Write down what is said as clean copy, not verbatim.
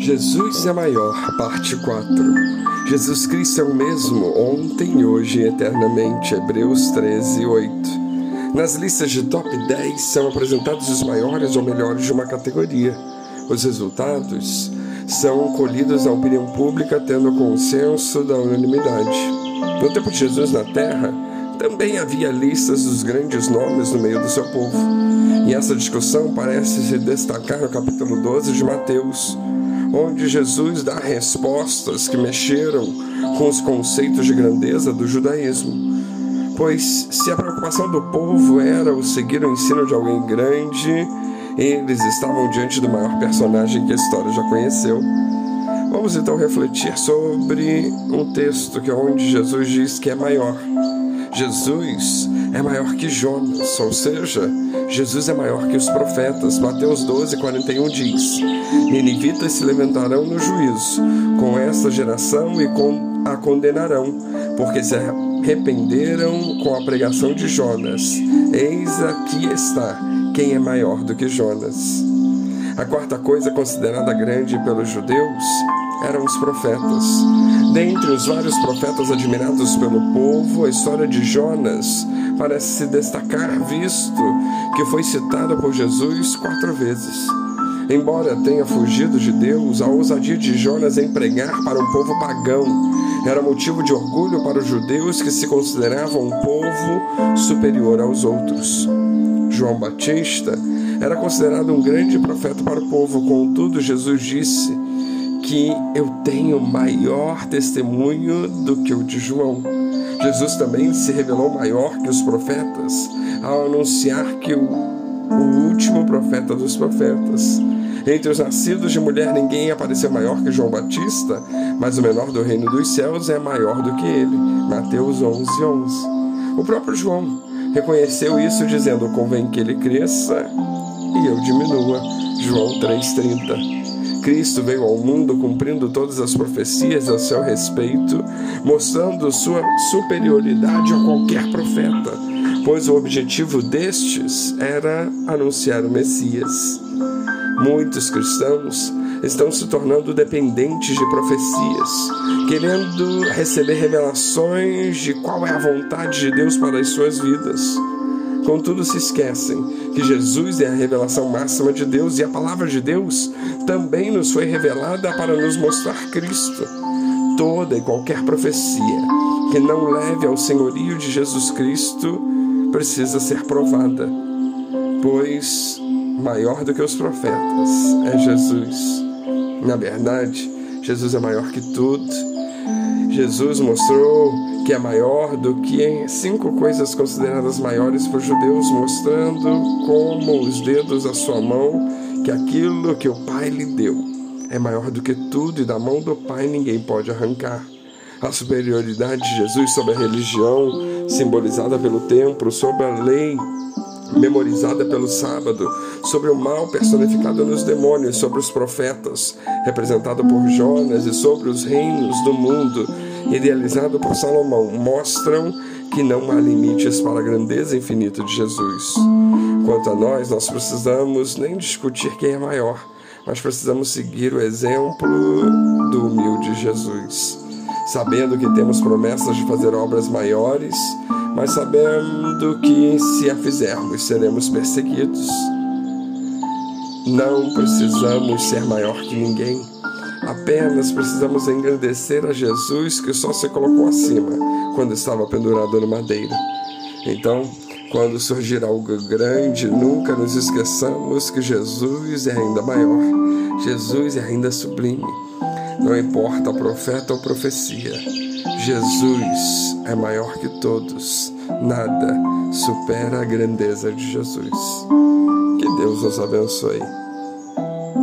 Jesus é maior, parte 4. Jesus Cristo é o mesmo, ontem, hoje e eternamente. Hebreus 13, 8. Nas listas de top 10 são apresentados os maiores ou melhores de uma categoria. Os resultados são colhidos na opinião pública, tendo consenso da unanimidade. No tempo de Jesus na Terra, também havia listas dos grandes nomes no meio do seu povo. E essa discussão parece se destacar no capítulo 12 de Mateus, onde Jesus dá respostas que mexeram com os conceitos de grandeza do judaísmo. Pois se a preocupação do povo era o seguir o ensino de alguém grande, eles estavam diante do maior personagem que a história já conheceu. Vamos então refletir sobre um texto que é onde Jesus diz que é maior. Jesus é maior que Jonas, ou seja, Jesus é maior que os profetas. Mateus 12, 41 diz: Ninivitas se levantarão no juízo com esta geração e a condenarão, porque se arrependeram com a pregação de Jonas. Eis aqui está quem é maior do que Jonas. A quarta coisa considerada grande pelos judeus eram os profetas. Dentre os vários profetas admirados pelo povo, a história de Jonas parece se destacar, visto que foi citada por Jesus 4 vezes. Embora tenha fugido de Deus, a ousadia de Jonas em pregar para um povo pagão era motivo de orgulho para os judeus, que se consideravam um povo superior aos outros. João Batista era considerado um grande profeta para o povo, contudo Jesus disse que eu tenho maior testemunho do que o de João. Jesus também se revelou maior que os profetas ao anunciar que o último profeta dos profetas. Entre os nascidos de mulher ninguém apareceu maior que João Batista, mas o menor do reino dos céus é maior do que ele. Mateus 11, 11. O próprio João reconheceu isso, dizendo: convém que ele cresça e eu diminua. João 3,30. Cristo veio ao mundo cumprindo todas as profecias a seu respeito, mostrando sua superioridade a qualquer profeta, pois o objetivo destes era anunciar o Messias. Muitos cristãos estão se tornando dependentes de profecias, querendo receber revelações de qual é a vontade de Deus para as suas vidas. Contudo, se esquecem que Jesus é a revelação máxima de Deus, e a palavra de Deus também nos foi revelada para nos mostrar Cristo. Toda e qualquer profecia que não leve ao senhorio de Jesus Cristo precisa ser provada, pois maior do que os profetas é Jesus. Na verdade, Jesus é maior que tudo. Jesus mostrou que é maior do que 5 coisas consideradas maiores por judeus, mostrando como os dedos da sua mão que aquilo que o Pai lhe deu é maior do que tudo, e da mão do Pai ninguém pode arrancar. A superioridade de Jesus sobre a religião, simbolizada pelo templo, sobre a lei, memorizada pelo sábado, sobre o mal personificado nos demônios, sobre os profetas, representado por Jonas, e sobre os reinos do mundo, idealizado por Salomão, mostram que não há limites para a grandeza infinita de Jesus. Quanto a nós precisamos nem discutir quem é maior, mas precisamos seguir o exemplo do humilde Jesus, sabendo que temos promessas de fazer obras maiores, mas sabendo que, se a fizermos, seremos perseguidos. Não precisamos ser maior que ninguém, apenas precisamos engrandecer a Jesus, que só se colocou acima quando estava pendurado no madeiro. Então, quando surgir algo grande, nunca nos esqueçamos que Jesus é ainda maior, Jesus é ainda sublime. Não importa profeta ou profecia, Jesus é maior que todos. Nada supera a grandeza de Jesus. Que Deus nos abençoe.